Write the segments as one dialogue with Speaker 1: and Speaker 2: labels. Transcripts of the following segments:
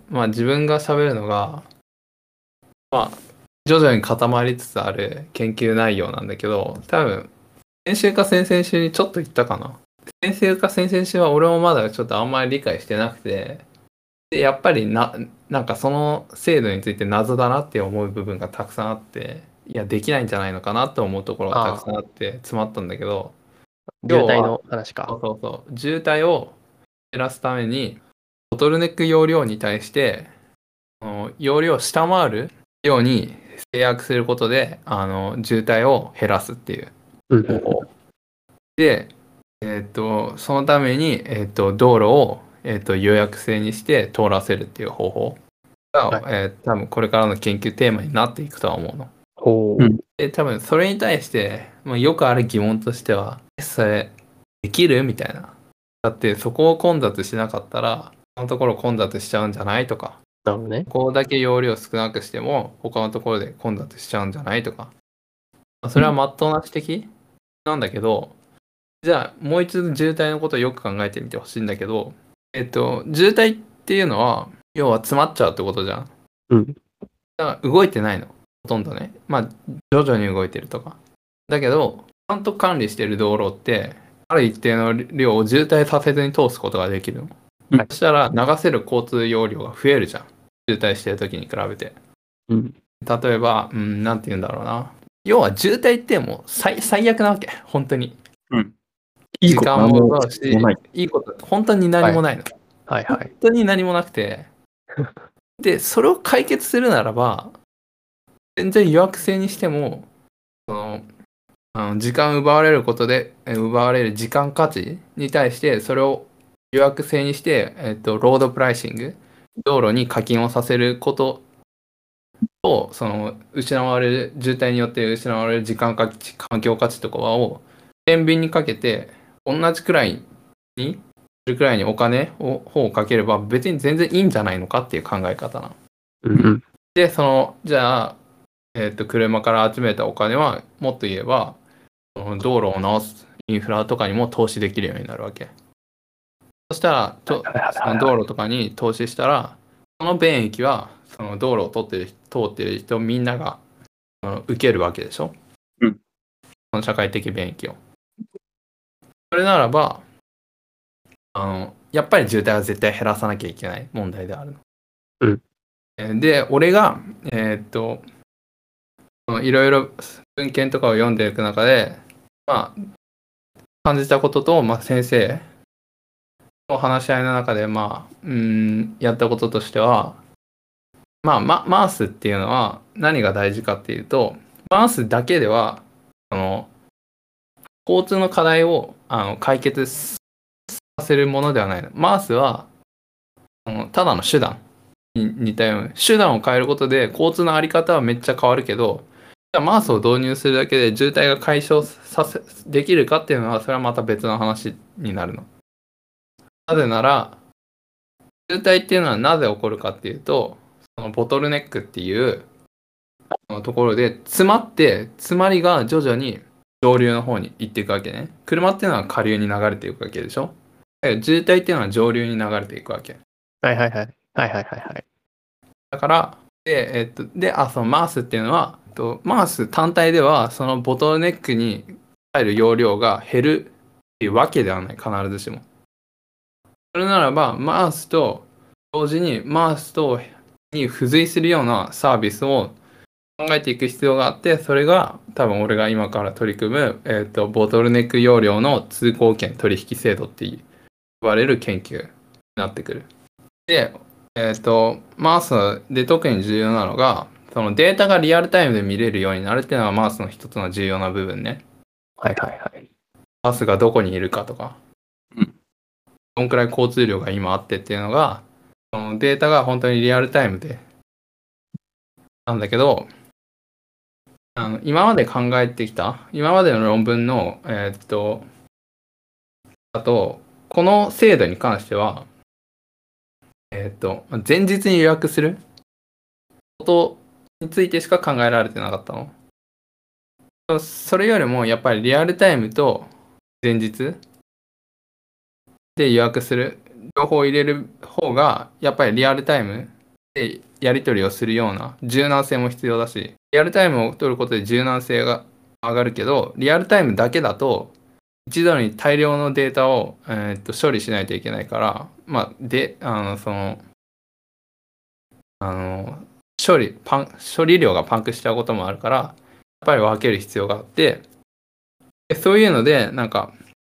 Speaker 1: まあ自分が喋るのが、まあ徐々に固まりつつある研究内容なんだけど、多分先週か先々週にちょっと言ったかな。先週か先々週は俺もまだちょっとあんまり理解してなくて、でやっぱりなんかその制度について謎だなって思う部分がたくさんあって、いやできないんじゃないのかなって思うところがたくさんあって詰まったんだけど、
Speaker 2: 渋滞の話か。
Speaker 1: そう渋滞を減らすためにボトルネック容量に対して容量を下回るように制約することで渋滞を減らすっていう方法で、そのために、道路を、予約制にして通らせるっていう方法が、多分これからの研究テーマになっていくとは思うの。で多分それに対して、まあ、よくある疑問としてはそれできるみたいな。だってそこを混雑しなかったら他のところ混雑しちゃうんじゃないとか、
Speaker 2: なるほどね。
Speaker 1: ここだけ容量少なくしても他のところで混雑しちゃうんじゃないとか、まあそれは真っ当な指摘なんだけど、じゃあもう一度渋滞のことをよく考えてみてほしいんだけど、渋滞っていうのは要は詰まっちゃうってことじゃん。だから動いてないのほとんどね。まあ徐々に動いてるとか。だけどちゃんと管理してる道路ってある一定の量を渋滞させずに通すことができるの。そしたら流せる交通容量が増えるじゃん。渋滞してる時に比べて。例えば、なんて言うんだろうな。要は渋滞ってもう最悪なわけ。本当に。時間も奪うし、いいこと本当に何もないの。本当に何もなくて。で、それを解決するならば、全然予約制にしても、時間奪われることで、奪われる時間価値に対して、それを予約制にして、ロードプライシング、道路に課金をさせることと、その失われる、渋滞によって失われる時間価値、環境価値とかを天秤にかけて、同じくらいに、するくらいにお金をかければ、別に全然いいんじゃないのかっていう考え方なの。で、じゃあ、車から集めたお金は、もっと言えば、道路を直すインフラとかにも投資できるようになるわけ。そしたら、その道路とかに投資したら、その便益は、その道路を通ってる人みんなが受けるわけでしょ。その社会的便益を。それならば、やっぱり渋滞は絶対減らさなきゃいけない問題であるの。で、俺が、いろいろ文献とかを読んでいく中で、まあ、感じたことと、まあ、先生の話し合いの中で、まあ、やったこととしては、まあ、マースっていうのは何が大事かっていうと、マースだけでは、交通の課題を解決させるものではないの。マースは、ただの手段に似たように、手段を変えることで交通のあり方はめっちゃ変わるけど、マースを導入するだけで渋滞が解消できるかっていうのは、それはまた別の話になるの。なぜなら、渋滞っていうのはなぜ起こるかっていうと、そのボトルネックっていうところで詰まって、詰まりが徐々に上流の方に行っていくわけね。車っていうのは下流に流れていくわけでしょ。渋滞っていうのは上流に流れていくわけ。だから、そのマースっていうのは、マース単体ではそのボトルネックに入る容量が減るっていうわけではない、必ずしも。それならば、マースと同時にマースに付随するようなサービスを考えていく必要があって、それが多分俺が今から取り組む、ボトルネック容量の通行権取引制度って呼ばれる研究になってくる。で、マースで特に重要なのが、そのデータがリアルタイムで見れるようになるっていうのがマースの一つの重要な部分ね。マースがどこにいるかとか、どんくらい交通量が今あってっていうのが、そのデータが本当にリアルタイムでなんだけど、今まで考えてきた、今までの論文の、あと、この制度に関しては、前日に予約することについてしか考えられてなかったの。それよりも、やっぱりリアルタイムと前日で予約する、両方入れる方が、やっぱりリアルタイムでやり取りをするような柔軟性も必要だし、リアルタイムを取ることで柔軟性が上がるけど、リアルタイムだけだと、一度に大量のデータを、処理しないといけないから、まあ、で、処理量がパンクしちゃうこともあるから、やっぱり分ける必要があって、でそういうので、なんか、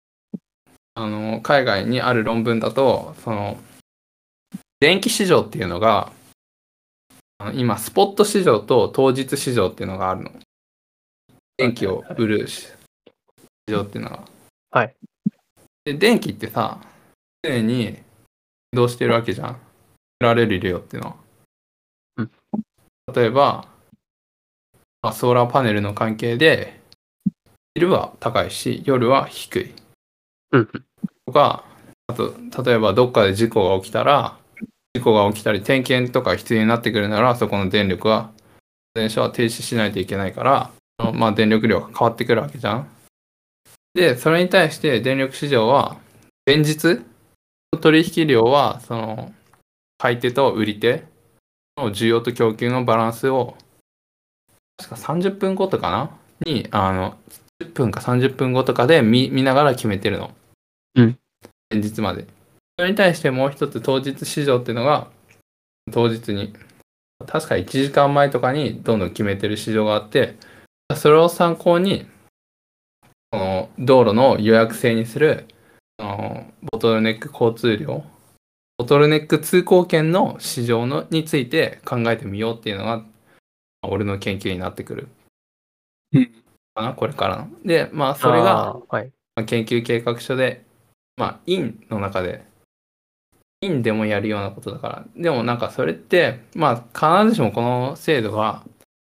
Speaker 1: 海外にある論文だと、電気市場っていうのが、今、スポット市場と当日市場っていうのがあるの。電気を売る市場っていうのが。
Speaker 2: はい。
Speaker 1: で、電気ってさ、常に移動してるわけじゃん。売られる量っていうのは。
Speaker 2: うん。
Speaker 1: 例えば、ソーラーパネルの関係で、昼は高いし、夜は低い。
Speaker 2: うん。
Speaker 1: とか、あと、例えばどっかで事故が起きたり、点検とか必要になってくるなら、そこの電車は停止しないといけないから、まあ、電力量が変わってくるわけじゃん。で、それに対して電力市場は、前日の取引量は、買い手と売り手の需要と供給のバランスを、確か30分ごとかなに、10分か30分後とかで見ながら決めてるの。
Speaker 2: うん。
Speaker 1: 前日まで。それに対してもう一つ当日市場っていうのが、当日に、確か1時間前とかにどんどん決めてる市場があって、それを参考に、この道路の予約制にする、ボトルネック交通量、ボトルネック通行券の市場について考えてみようっていうのが、俺の研究になってくる。かな、これからの。で、まあ、それが、
Speaker 2: はい。
Speaker 1: 研究計画書で、まあ、院の中で、院でもやるようなことだから。でもなんかそれって、まあ、必ずしもこの制度が、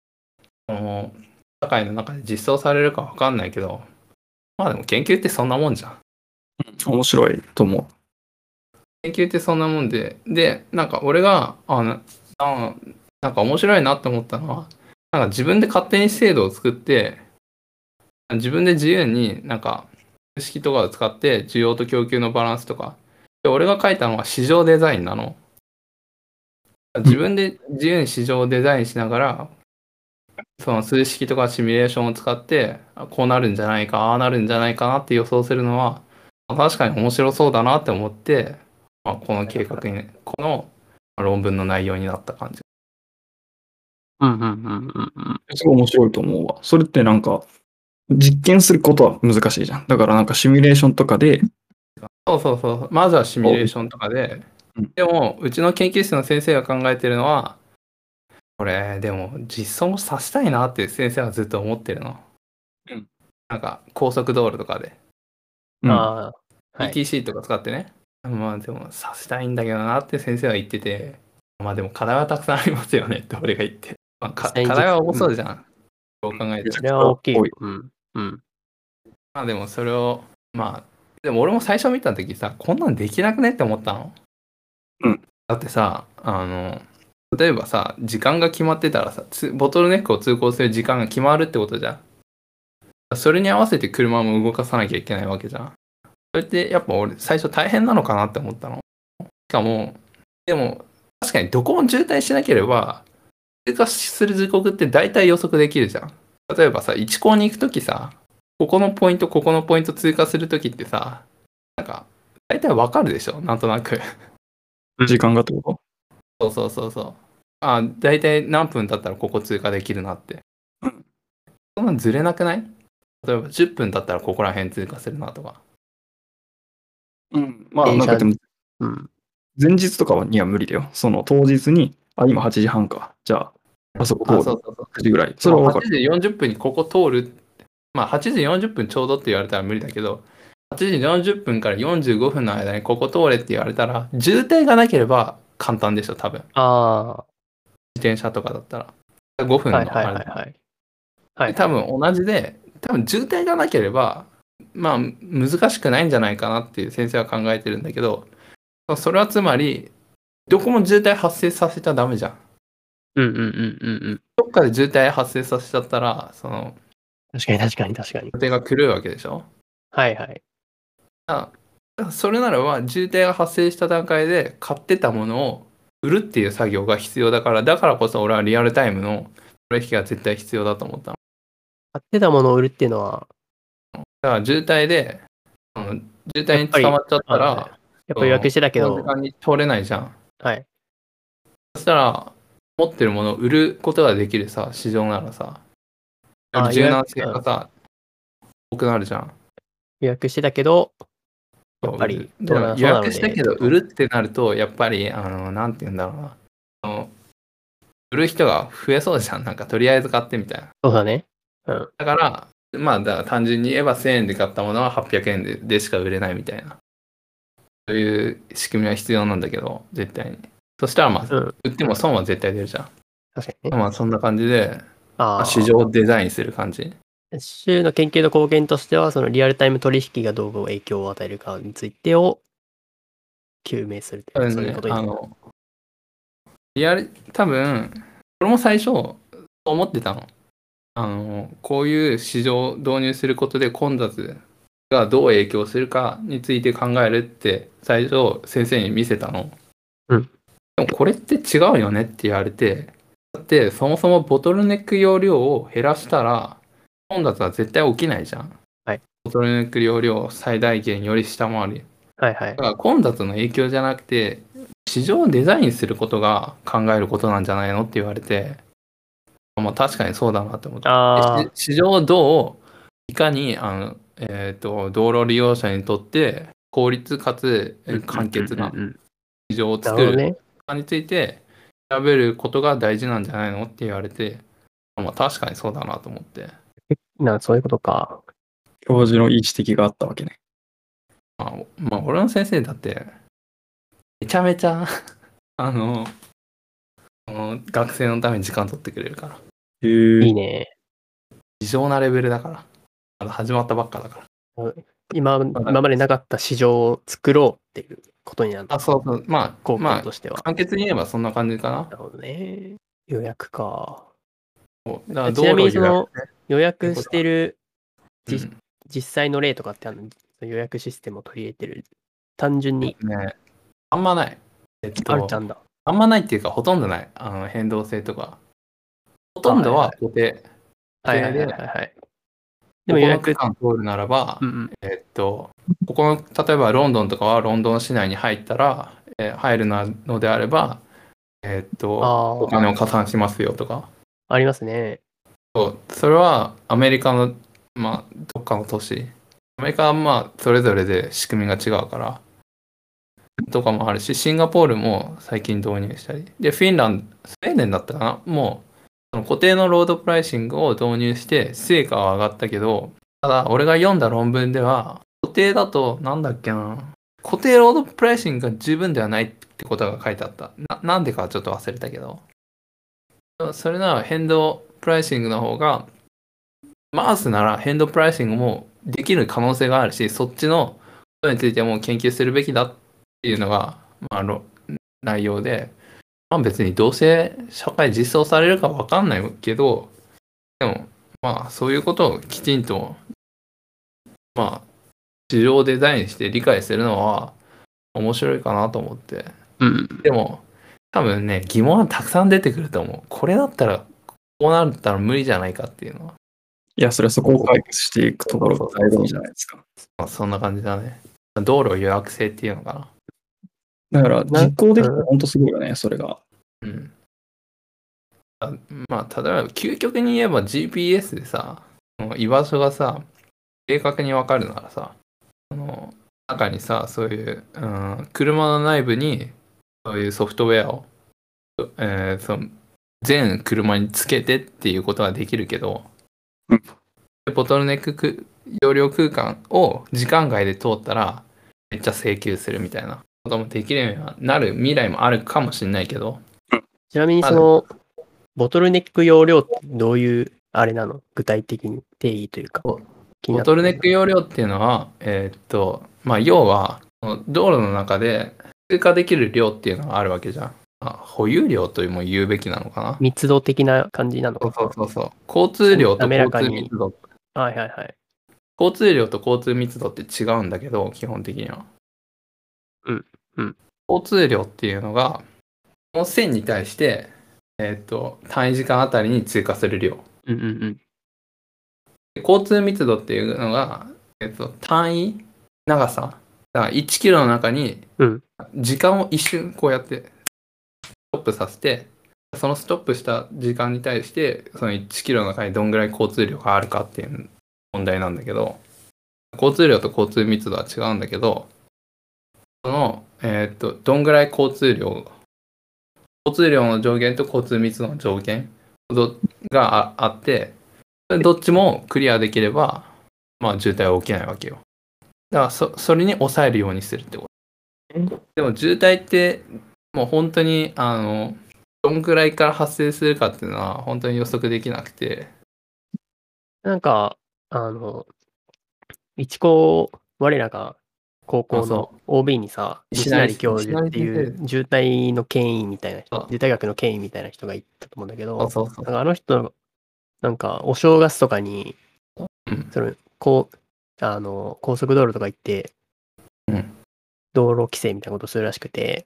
Speaker 1: 社会の中で実装されるかわかんないけど、まあでも研究ってそんなもんじゃん。
Speaker 3: 面白いと思う。
Speaker 1: 研究ってそんなもんで、なんか俺が、なんか面白いなって思ったのは、なんか自分で勝手に制度を作って、自分で自由になんか、数式とかを使って需要と供給のバランスとか、で俺が書いたのは市場デザインなの。自分で自由に市場をデザインしながら、その数式とかシミュレーションを使って、こうなるんじゃないか、ああなるんじゃないかなって予想するのは、確かに面白そうだなって思って、この計画に、この論文の内容になった感じ。
Speaker 2: うんうんうんうんうん。
Speaker 3: すごい面白いと思うわ。それってなんか、実験することは難しいじゃん。だからなんかシミュレーションとかで、
Speaker 1: そう。まずはシミュレーションとかで、でも、うちの研究室の先生が考えてるのは、これ、でも実装もさせたいなって先生はずっと思ってるの。なんか、高速道路とかで。
Speaker 2: はい。
Speaker 1: ETC とか使ってね。まあでもさせたいんだけどなって先生は言ってて、まあでも課題はたくさんありますよねって俺が言って。まあ、課題は多そうじゃん。そう考えて。
Speaker 2: それは大きい。
Speaker 1: まあでもそれを、まあ、でも俺も最初見た時さ、こんなんできなくねって思ったの。だってさ、例えばさ、時間が決まってたらさ、ボトルネックを通行する時間が決まるってことじゃん。それに合わせて車も動かさなきゃいけないわけじゃん。それってやっぱ俺最初大変なのかなって思ったの。しかも、でも確かにどこも渋滞しなければ、通過する時刻って大体予測できるじゃん。例えばさ、1校に行くときさ、ここのポイント通過するときってさ、なんか、大体わかるでしょ、なんとなく。
Speaker 3: 時間がってこ
Speaker 1: そう。大体何分経ったらここ通過できるなって。そんなんずれなくない？例えば10分経ったらここら辺通過するなとか。
Speaker 3: まあなんかでも、前日とかには無理だよ。その当日に、今8時半か。じゃあ、あそこ通る。9時ぐらい。それは分かる。
Speaker 1: 8時40分にここ通る。まあ8時40分ちょうどって言われたら無理だけど、8時40分から45分の間にここ通れって言われたら、渋滞がなければ簡単でしょ、多分。自転車とかだったら。5分のあれ。多分同じで、多分渋滞がなければ、まあ難しくないんじゃないかなっていう先生は考えてるんだけど、それはつまり、どこも渋滞発生させちゃダメじゃん。どっかで渋滞発生させちゃったら、
Speaker 2: 確かに。
Speaker 1: 予定が狂うわけでしょ。それならば、渋滞が発生した段階で買ってたものを売るっていう作業が必要だからこそ俺はリアルタイムの取引が絶対必要だと思ったの。
Speaker 2: 買ってたものを売るっていうのは、
Speaker 1: だから渋滞で、渋滞に捕まっちゃったら、
Speaker 2: やっぱり予約してたけど、
Speaker 1: その時間に通れないじゃん。
Speaker 2: はい。
Speaker 1: そしたら、持ってるものを売ることができるさ、市場ならさ、より柔軟性がさ、多くなるじゃん。
Speaker 2: 予約してたけど、やっぱり
Speaker 1: でも予約したけど売るってなると、やっぱり、なんて言うんだろうな。売る人が増えそうじゃん。なんかとりあえず買ってみたいな。
Speaker 2: そうだね。うん。
Speaker 1: だから、まあ、だから単純に言えば1000円で買ったものは800円でしか売れないみたいな。そういう仕組みは必要なんだけど、絶対に。そしたらまあ、売っても損は絶対出るじゃん。
Speaker 2: 確かにね。
Speaker 1: まあそんな感じで、市場をデザインする感じ。
Speaker 2: 週の研究の貢献としては、そのリアルタイム取引がどう影響を与えるかについてを究明するという、そういうことになる。
Speaker 1: 多分、これも最初、思ってたの。こういう市場を導入することで混雑がどう影響するかについて考えるって最初先生に見せたの。
Speaker 2: うん。
Speaker 1: でもこれって違うよねって言われて、だってそもそもボトルネック容量を減らしたら混雑は絶対起きないじゃん。
Speaker 2: はい。
Speaker 1: ボトルネック容量を最大限より下回る。
Speaker 2: はいはい。
Speaker 1: だから混雑の影響じゃなくて、市場をデザインすることが考えることなんじゃないのって言われて、まあ確かにそうだなって思って。市場をいかに道路利用者にとって効率かつ簡潔な市場を作るかについて調べることが大事なんじゃないのって言われて、まあ確かにそうだなと思って。
Speaker 2: そういうことか。
Speaker 3: 教授のいい指摘があったわけね。
Speaker 1: まあ俺の先生だってめちゃめちゃ学生のために時間取ってくれるから。
Speaker 2: いいね。
Speaker 1: 異常なレベルだから。まだ始まったばっかだから。
Speaker 2: 今までなかった市場を作ろうっていうことになる。
Speaker 1: そうそう。まあ、
Speaker 2: 貢献としては。
Speaker 1: 簡潔に言えばそんな感じかな。
Speaker 2: なるほどね。予約か。
Speaker 1: だから
Speaker 2: ちなみにその予約してる実際の例とかって予約システムを取り入れてる。単純に。
Speaker 1: あんまない。
Speaker 2: あるちゃんだ。
Speaker 1: あんまないっていうか、ほとんどない。変動性とか。ほとんどは固定。
Speaker 2: はいはいはいはい。
Speaker 1: でも予約区間通るならば、ここの、例えばロンドンとかはロンドン市内に入ったら、入るのであれば、お金を加算しますよとか。
Speaker 2: ありますね。
Speaker 1: それはアメリカの、まあ、どっかの都市。アメリカはまあ、それぞれで仕組みが違うから、とかもあるし、シンガポールも最近導入したり。で、スウェーデンだったかなもう、固定のロードプライシングを導入して、成果は上がったけど、ただ、俺が読んだ論文では、固定だと、なんだっけな、固定ロードプライシングが十分ではないってことが書いてあった。なんでかはちょっと忘れたけど。それなら変動プライシングの方が、マースなら変動プライシングもできる可能性があるし、そっちのことについても研究するべきだっていうのが、まあ、内容で、まあ別にどうせ社会実装されるか分かんないけど、でも、まあそういうことをきちんと、まあ、市場をデザインして理解するのは面白いかなと思って。でも、多分ね、疑問はたくさん出てくると思う。これだったら、こうなったら無理じゃないかっていうのは。
Speaker 3: いや、それはそこを解決していくところが醍醐味じゃないですか。
Speaker 1: そんな感じだね。道路予約制っていうのか
Speaker 3: な。だから、実行できたら本当すごいよね、それが。
Speaker 1: まあ、例えば、究極に言えば GPS でさ、居場所がさ、正確にわかるならさ、中にさ、そういう、車の内部に、そういうソフトウェアを、全車につけてっていうことはできるけど、ボトルネック容量空間を時間外で通ったらめっちゃ請求するみたいなこともできるようになる未来もあるかもしれないけど。
Speaker 2: ちなみにそのボトルネック容量ってどういうあれなの？具体的に定義というか。
Speaker 1: ボトルネック容量っていうのは、まあ要は道路の中で通過できる量っていうのがあるわけじゃん。保有量とも言うべきなのかな。
Speaker 2: 密度的な感じなのかな。
Speaker 1: そう。交通量と交通密度。
Speaker 2: はいはいはい。
Speaker 1: 交通量と交通密度って違うんだけど、基本的には。交通量っていうのが、 この線に対して、単位時間あたりに追加する量。
Speaker 2: うんうんうん。
Speaker 1: 交通密度っていうのが、単位長さ。だから1キロの中に
Speaker 2: うん。
Speaker 1: 時間を一瞬こうやってストップさせて、そのストップした時間に対してその1キロの中にどんぐらい交通量があるかっていう問題なんだけど、交通量と交通密度は違うんだけど、その、どんぐらい交通量の上限と交通密度の上限があって、どっちもクリアできれば、まあ渋滞は起きないわけよ。だからそれに抑えるようにするってこと。でも渋滞ってもう本当にどんくらいから発生するかっていうのは本当に予測できなくて。
Speaker 2: なんか、一高、我らが高校の OB にさ、西成教授っていう渋滞の権威みたいな人、渋滞学の権威みたいな人がいたと思うんだけど、なんかあの人の、なんかお正月とかに、その高速道路とか行って、道路規制みたいなことするらしくて、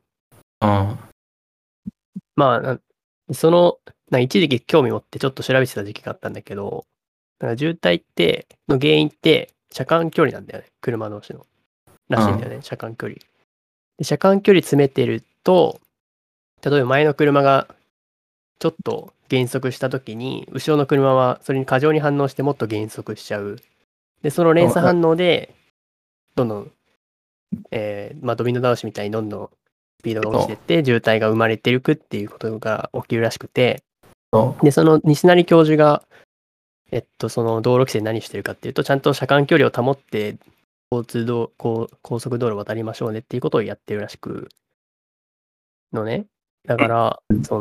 Speaker 2: まあ、一時期興味持ってちょっと調べてた時期があったんだけど、だから渋滞の原因って車間距離なんだよね。車同士の。らしいんだよね、車間距離。で、車間距離詰めてると、例えば前の車がちょっと減速した時に、後ろの車はそれに過剰に反応してもっと減速しちゃう。で、その連鎖反応で、どんどん、ドミノ倒しみたいにどんどんスピードが落ちてって、渋滞が生まれていくっていうことが起きるらしくて、で、その西成教授が、その道路規制何してるかっていうと、ちゃんと車間距離を保って、高速道路を渡りましょうねっていうことをやってるらしくのね。だから、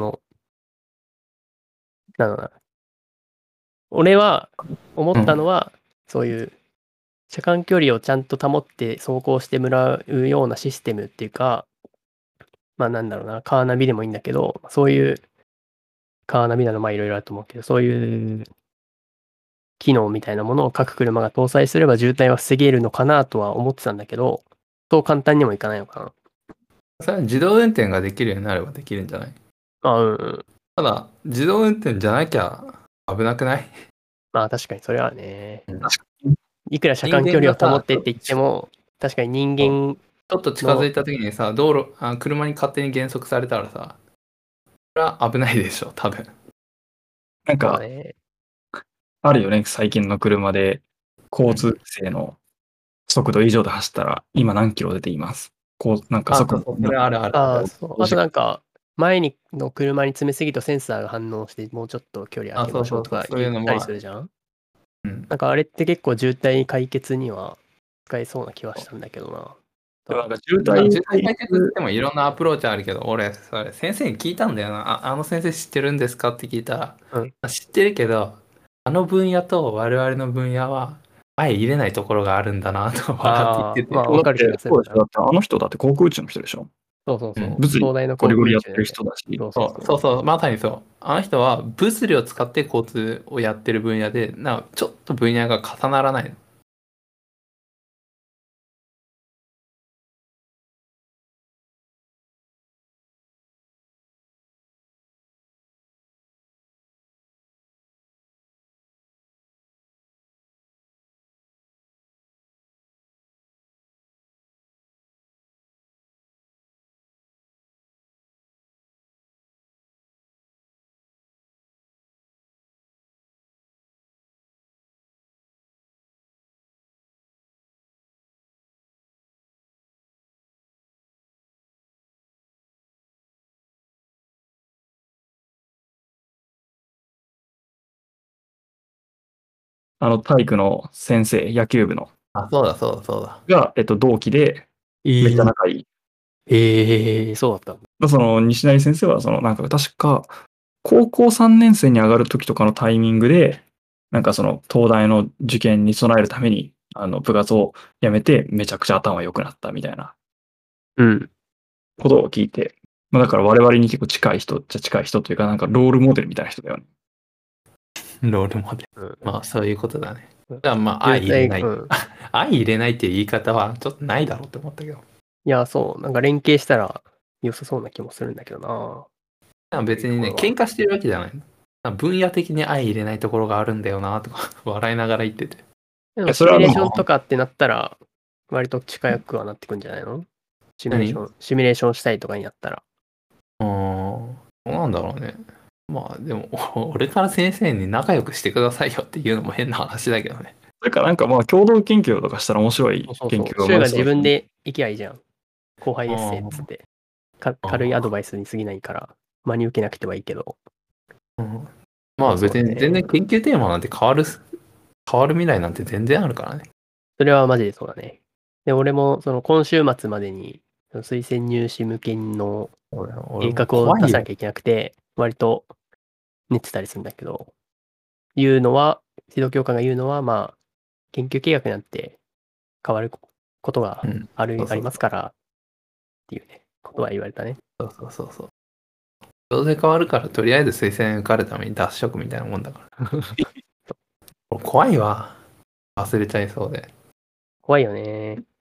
Speaker 2: 俺は思ったのは、そういう車間距離をちゃんと保って走行してもらうようなシステムっていうか、まあなんだろうな、カーナビでもいいんだけど、そういうカーナビなのまあいろいろあると思うけど、そういう機能みたいなものを各車が搭載すれば渋滞は防げるのかなとは思ってたんだけど、そう簡単にもいかないのかな。
Speaker 1: それは自動運転ができるようになればできるんじゃない？ただ、自動運転じゃなきゃ危なくない？
Speaker 2: まあ確かにそれはね。いくら車間距離を保ってって言っても、確かに人間
Speaker 1: ちょっと近づいた時にさ、車に勝手に減速されたらさ、それは危ないでしょ、多分。
Speaker 3: なんか、あるよね、最近の車で、交通規制の速度以上で走ったら、今何キロ出ています。なんか速度。
Speaker 1: それあるある。
Speaker 2: あとなんか、前の車に詰めすぎるとセンサーが反応して、もうちょっと距離空けましょうとか言ったりするじゃん。なんかあれって結構渋滞解決には使えそうな気はしたんだけどな。
Speaker 1: なんか渋滞解決ってもいろんなアプローチあるけど、俺、それ先生に聞いたんだよな。あの先生知ってるんですかって聞いたら、知ってるけど、あの分野と我々の分野は相入れないところがあるんだなと笑って言ってて。
Speaker 2: まあ分かる気がする。
Speaker 3: あの人だって航空宇宙の人でしょ。
Speaker 2: そう。
Speaker 3: 物理ゴリゴリやってる人だし。
Speaker 1: そう、まさにそう。あの人は物理を使って交通をやってる分野で、ちょっと分野が重ならないの。
Speaker 3: 体育の先生、野球部の。
Speaker 1: そうだ。
Speaker 3: が、同期で、めっちゃ仲い
Speaker 2: い。そうだった。
Speaker 3: その、西成先生は、なんか確か、高校3年生に上がる時とかのタイミングで、なんか東大の受験に備えるために、部活を辞めて、めちゃくちゃ頭良くなったみたいな、ことを聞いて、だから我々に結構近い人というか、なんかロールモデルみたいな人だよね。
Speaker 1: ロールモデル。まあ、そういうことだね。まあ、相入れない。相入れないっていう言い方はちょっとないだろうって思ったけど。
Speaker 2: いや、そう。なんか連携したら良さそうな気もするんだけどな。
Speaker 1: 別にね、喧嘩してるわけじゃないの。分野的に相入れないところがあるんだよなとか笑いながら言ってて。
Speaker 2: でもシミュレーションとかってなったら、割と近くはなってくんじゃないの？シミュレーションしたいとかになったら。
Speaker 1: どうなんだろうね。まあでも、俺から先生に仲良くしてくださいよっていうのも変な話だけどね。
Speaker 3: それかなんかまあ共同研究とかしたら面白い研究が
Speaker 2: 生が自分で行きゃいいじゃん。後輩エッセイっつって。軽いアドバイスに過ぎないから、真に受けなくてはいいけど。
Speaker 1: まあ別に全然研究テーマなんて変わる未来なんて全然あるからね。
Speaker 2: それはマジでそうだね。で、俺もその今週末までに推薦入試向けの計画を出さなきゃいけなくて、割と練ってたりするんだけど、指導教官が言うのは、まあ、研究計画なんて変わることがありますから、っていうね、ことは言われたね。
Speaker 1: そう。どうせ変わるから、とりあえず推薦受かるために脱職みたいなもんだから。怖いわ。忘れちゃいそうで。
Speaker 2: 怖いよね。